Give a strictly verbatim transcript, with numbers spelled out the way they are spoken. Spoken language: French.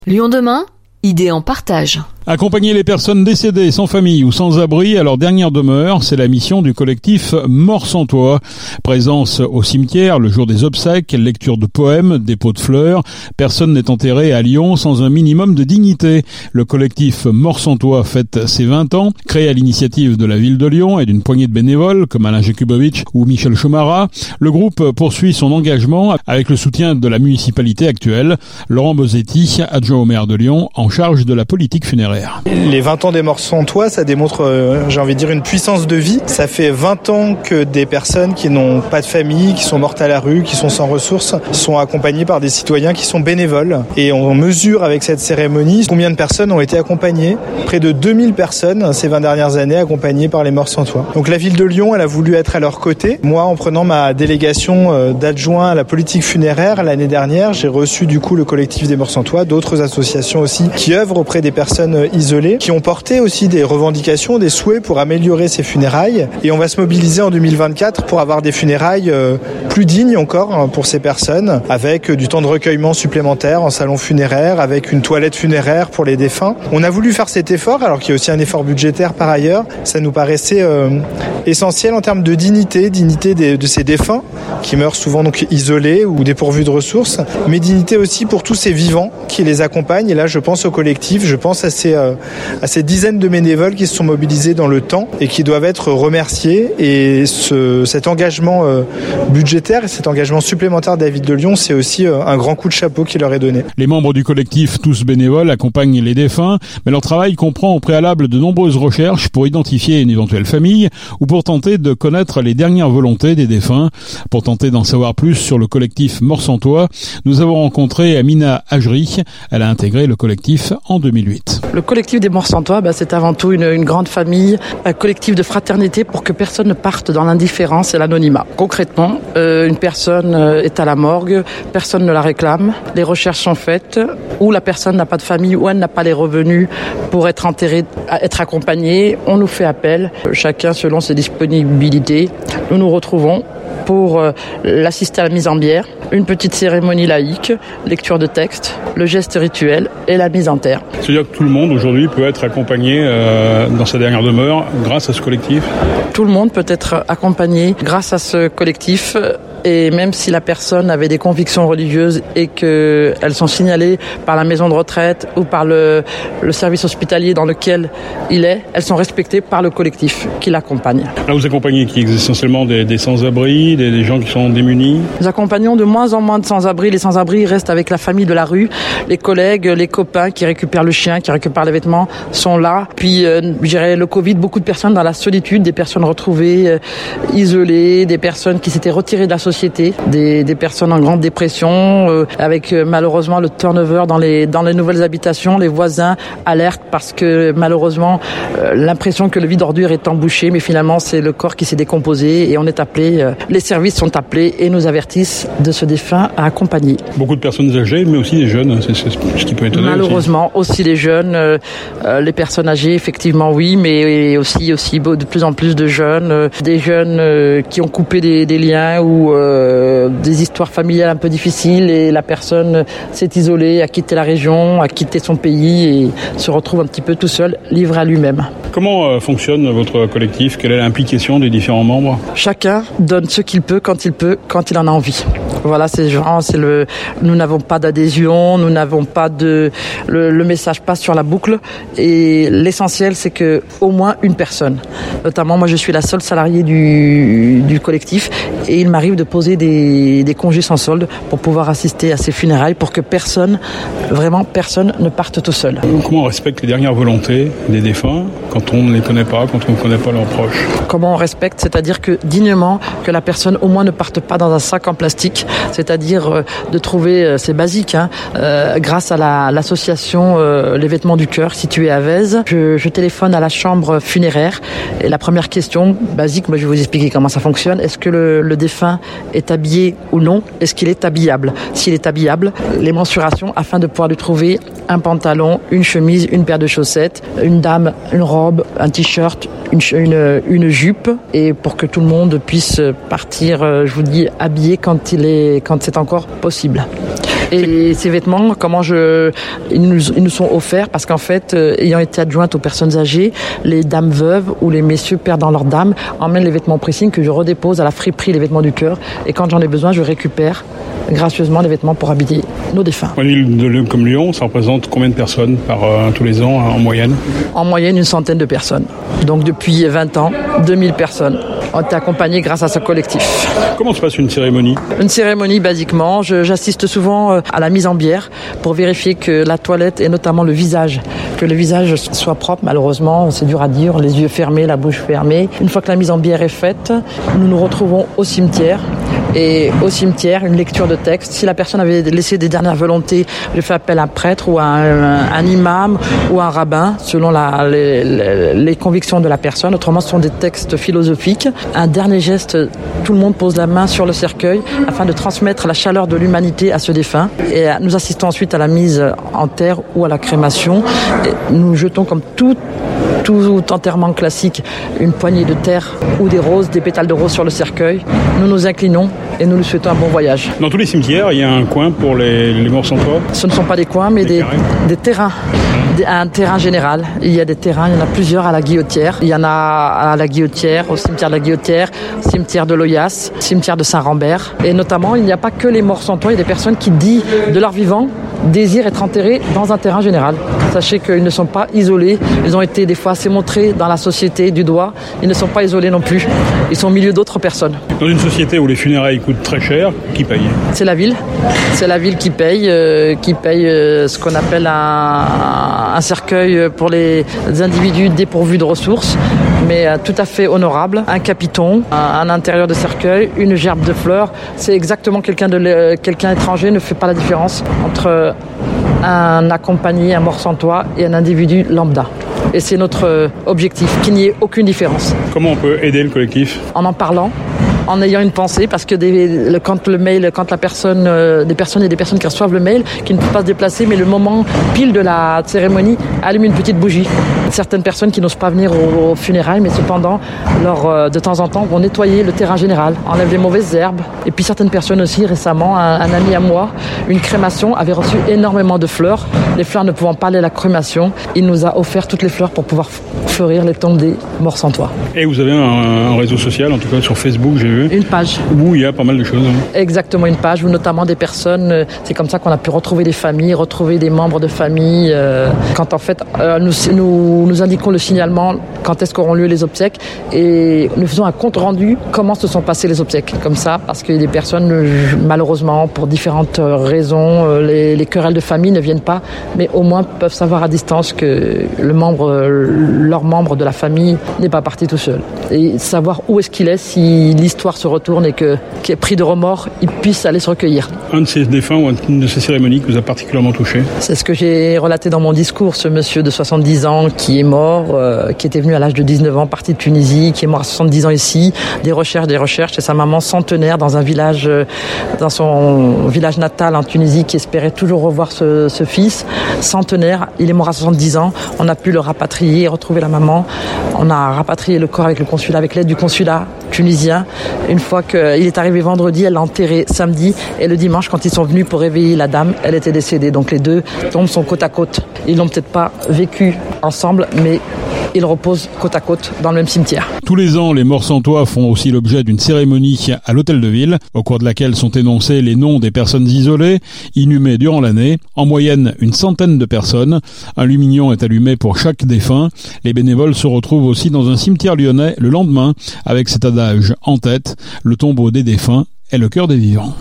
Lyon demain, idées en partage. Accompagner les personnes décédées, sans famille ou sans abri à leur dernière demeure, c'est la mission du collectif Mort sans toit. Présence au cimetière le jour des obsèques, lecture de poèmes, dépôt de fleurs. Personne n'est enterré à Lyon sans un minimum de dignité. Le collectif Mort sans toit fête ses vingt ans, créé à l'initiative de la ville de Lyon et d'une poignée de bénévoles comme Alain Jakubowicz ou Michel Chomara. Le groupe poursuit son engagement avec le soutien de la municipalité actuelle. Laurent Bosetti, adjoint au maire de Lyon, en charge de la politique funéraire. Les vingt ans des Morts sans toit, ça démontre, euh, j'ai envie de dire, une puissance de vie. Ça fait vingt ans que des personnes qui n'ont pas de famille, qui sont mortes à la rue, qui sont sans ressources, sont accompagnées par des citoyens qui sont bénévoles. Et on mesure avec cette cérémonie combien de personnes ont été accompagnées. Près de deux mille personnes ces vingt dernières années accompagnées par les Morts sans toit. Donc la ville de Lyon, elle a voulu être à leur côté. Moi, en prenant ma délégation d'adjoint à la politique funéraire l'année dernière, j'ai reçu du coup le collectif des Morts sans toit, d'autres associations aussi qui œuvrent auprès des personnes isolés, qui ont porté aussi des revendications, des souhaits pour améliorer ces funérailles. Et on va se mobiliser en deux mille vingt-quatre pour avoir des funérailles plus dignes encore pour ces personnes, avec du temps de recueillement supplémentaire en salon funéraire, avec une toilette funéraire pour les défunts. On a voulu faire cet effort, alors qu'il y a aussi un effort budgétaire par ailleurs. Ça nous paraissait euh, essentiel en termes de dignité, dignité des, de ces défunts, qui meurent souvent donc isolés ou dépourvus de ressources, mais dignité aussi pour tous ces vivants qui les accompagnent. Et là, je pense au collectif, je pense à ces à ces dizaines de bénévoles qui se sont mobilisés dans le temps et qui doivent être remerciés. Et ce, cet engagement euh, budgétaire et cet engagement supplémentaire de la ville de Lyon, c'est aussi euh, un grand coup de chapeau qui leur est donné. Les membres du collectif, tous bénévoles, accompagnent les défunts, mais leur travail comprend au préalable de nombreuses recherches pour identifier une éventuelle famille ou pour tenter de connaître les dernières volontés des défunts. Pour tenter d'en savoir plus sur le collectif Mort sans toit, nous avons rencontré Amina Ajri. Elle a intégré le collectif en deux mille huit. Le collectif des Morts sans toit, bah, c'est avant tout une, une grande famille, un collectif de fraternité pour que personne ne parte dans l'indifférence et l'anonymat. Concrètement, euh, une personne est à la morgue, personne ne la réclame, les recherches sont faites, ou la personne n'a pas de famille, ou elle n'a pas les revenus pour être enterrée, être accompagnée. On nous fait appel, chacun selon ses disponibilités. Nous nous retrouvons pour euh, l'assister à la mise en bière, une petite cérémonie laïque, lecture de texte, le geste rituel et la mise en terre. C'est-à-dire que tout le monde aujourd'hui peut être accompagné euh, dans sa dernière demeure grâce à ce collectif ? Tout le monde peut être accompagné grâce à ce collectif. Et même si la personne avait des convictions religieuses et qu'elles sont signalées par la maison de retraite ou par le, le service hospitalier dans lequel il est, elles sont respectées par le collectif qui l'accompagne. Là, vous accompagnez qui essentiellement des, des sans-abri, des, des gens qui sont démunis ? Nous accompagnons de moins en moins de sans-abri. Les sans-abri restent avec la famille de la rue. Les collègues, les copains qui récupèrent le chien, qui récupèrent les vêtements sont là. Puis, euh, je dirais, le Covid, beaucoup de personnes dans la solitude, des personnes retrouvées, euh, isolées, des personnes qui s'étaient retirées de la société. Des, des personnes en grande dépression, euh, avec euh, malheureusement le turnover dans les, dans les nouvelles habitations. Les voisins alertent parce que malheureusement euh, l'impression que le vide ordure est embouché, mais finalement c'est le corps qui s'est décomposé et on est appelé, euh, les services sont appelés et nous avertissent de ce défunt à accompagner. Beaucoup de personnes âgées, mais aussi des jeunes, c'est, c'est ce qui peut étonner. Malheureusement aussi, aussi les jeunes, euh, euh, les personnes âgées effectivement oui, mais aussi, aussi de plus en plus de jeunes, euh, des jeunes euh, qui ont coupé des, des liens ou euh, Euh, des histoires familiales un peu difficiles et la personne s'est isolée, a quitté la région, a quitté son pays et se retrouve un petit peu tout seul, livré à lui-même. Comment euh, fonctionne votre collectif ? Quelle est l'implication des différents membres ? Chacun donne ce qu'il peut, quand il peut, quand il en a envie. Voilà, c'est genre, c'est le. Nous n'avons pas d'adhésion, nous n'avons pas de. Le, le message passe sur la boucle et l'essentiel, c'est que au moins une personne. Notamment, moi, je suis la seule salariée du du collectif et il m'arrive de poser des, des congés sans solde pour pouvoir assister à ces funérailles, pour que personne, vraiment personne, ne parte tout seul. Comment on respecte les dernières volontés des défunts quand on ne les connaît pas, quand on ne connaît pas leurs proches ? Comment on respecte, c'est-à-dire que dignement, que la personne au moins ne parte pas dans un sac en plastique, c'est-à-dire euh, de trouver, euh, c'est basique, hein, euh, grâce à la, l'association euh, Les Vêtements du Cœur située à Vèze, je, je téléphone à la chambre funéraire et la première question, basique, moi je vais vous expliquer comment ça fonctionne, est-ce que le, le défunt est habillé ou non, est-ce qu'il est habillable ? S'il est habillable, les mensurations afin de pouvoir lui trouver un pantalon, une chemise, une paire de chaussettes, une dame, une robe, un t-shirt, une, une, une jupe, et pour que tout le monde puisse partir, je vous dis, habillé quand il est, quand c'est encore possible. Et ces vêtements, comment je, ils nous, ils nous sont offerts parce qu'en fait, euh, ayant été adjointe aux personnes âgées, les dames veuves ou les messieurs perdant leurs dames emmènent les vêtements pressing que je redépose à la friperie, les vêtements du cœur. Et quand j'en ai besoin, je récupère gracieusement les vêtements pour habiller nos défunts. Une ville de, comme Lyon, ça représente combien de personnes par euh, tous les ans en moyenne? En moyenne, une centaine de personnes. Donc depuis vingt ans, deux mille personnes ont été accompagnées grâce à ce collectif. Comment se passe une cérémonie? Une cérémonie, basiquement, je, j'assiste souvent à la mise en bière pour vérifier que la toilette et notamment le visage, que le visage soit propre. Malheureusement, c'est dur à dire, les yeux fermés, la bouche fermée. Une fois que la mise en bière est faite, nous nous retrouvons au cimetière. Et au cimetière, une lecture de texte. Si la personne avait laissé des dernières volontés, je fais appel à un prêtre ou à un, un imam ou à un rabbin, selon la, les, les, les convictions de la personne. Autrement, ce sont des textes philosophiques. Un dernier geste, tout le monde pose la main sur le cercueil afin de transmettre la chaleur de l'humanité à ce défunt. Et nous assistons ensuite à la mise en terre ou à la crémation. Et nous jetons comme tout tout enterrement classique, une poignée de terre ou des roses, des pétales de roses sur le cercueil. Nous nous inclinons et nous lui souhaitons un bon voyage. Dans tous les cimetières, il y a un coin pour les, les morts sans toit? Ce ne sont pas des coins, mais des, des, des terrains. Des, un terrain général. Il y a des terrains, il y en a plusieurs à la Guillotière. Il y en a à la Guillotière, au cimetière de la Guillotière, cimetière de Loyasse, cimetière de Saint-Rambert. Et notamment, il n'y a pas que les morts sans toit, il y a des personnes qui, disent de leur vivant, désirent être enterrés dans un terrain général. Sachez qu'ils ne sont pas isolés. Ils ont été des fois assez montrés dans la société du doigt. Ils ne sont pas isolés non plus. Ils sont au milieu d'autres personnes. Dans une société où les funérailles coûtent très cher, qui paye? C'est la ville. C'est la ville qui paye, euh, qui paye euh, ce qu'on appelle un, un cercueil pour les individus dépourvus de ressources, mais euh, tout à fait honorable. Un capiton, un, un intérieur de cercueil, une gerbe de fleurs. C'est exactement quelqu'un de euh, quelqu'un étranger ne fait pas la différence entre un accompagné, un mort sans toit et un individu lambda. Et c'est notre objectif, qu'il n'y ait aucune différence. Comment on peut aider le collectif? En en parlant, en ayant une pensée, parce que des, le, quand le mail, quand la personne, euh, des personnes et des personnes qui reçoivent le mail, qui ne peuvent pas se déplacer, mais le moment pile de la cérémonie, allument une petite bougie. Certaines personnes qui n'osent pas venir aux, aux funérailles, mais cependant, leur, euh, de temps en temps, vont nettoyer le terrain général, enlèvent les mauvaises herbes. Et puis certaines personnes aussi, récemment, un, un ami à moi, une crémation, avait reçu énormément de fleurs. Les fleurs ne pouvant pas aller à la crémation, il nous a offert toutes les fleurs pour pouvoir fleurir les tombes des morts sans toit. Et vous avez un, un réseau social, en tout cas sur Facebook, j'ai vu. Une page. Où il y a pas mal de choses. Hein. Exactement, une page où notamment des personnes, c'est comme ça qu'on a pu retrouver des familles, retrouver des membres de famille. Euh, quand en fait, euh, nous, nous, nous indiquons le signalement, quand est-ce qu'auront lieu les obsèques, et nous faisons un compte rendu, comment se sont passées les obsèques. Comme ça, parce que des personnes, malheureusement, pour différentes raisons, les, les querelles de famille ne viennent pas, mais au moins peuvent savoir à distance que le membre, leur membre de la famille n'est pas parti tout seul. Et savoir où est-ce qu'il est, si l'histoire se retourne et que, qu'il est pris de remords, il puisse aller se recueillir. Un de ces défunts ou une de ces cérémonies qui vous a particulièrement touché? C'est ce que j'ai relaté dans mon discours, ce monsieur de soixante-dix ans qui est mort, euh, qui était venu à l'âge de dix-neuf ans, parti de Tunisie, qui est mort à soixante-dix ans ici, des recherches, des recherches, et sa maman centenaire dans un village, euh, dans son village natal en Tunisie, qui espérait toujours revoir ce, ce fils, centenaire, il est mort à soixante-dix ans, on a pu le rapatrier, retrouver la maman, on a rapatrié le corps avec le consulat, avec l'aide du consulat tunisien. Une fois qu'il est arrivé vendredi, elle l'a enterré samedi, et le dimanche, quand ils sont venus pour réveiller la dame, elle était décédée. Donc les deux tombes sont côte à côte. Ils n'ont peut-être pas vécu ensemble, mais ils reposent côte à côte dans le même cimetière. Tous les ans, les morts sans toit font aussi l'objet d'une cérémonie à l'hôtel de ville, au cours de laquelle sont énoncés les noms des personnes isolées, inhumées durant l'année. En moyenne, une centaine de personnes. Un lumignon est allumé pour chaque défunt. Les bénévoles se retrouvent aussi dans un cimetière lyonnais le lendemain, avec cet adage en tête, le tombeau des défunts est le cœur des vivants.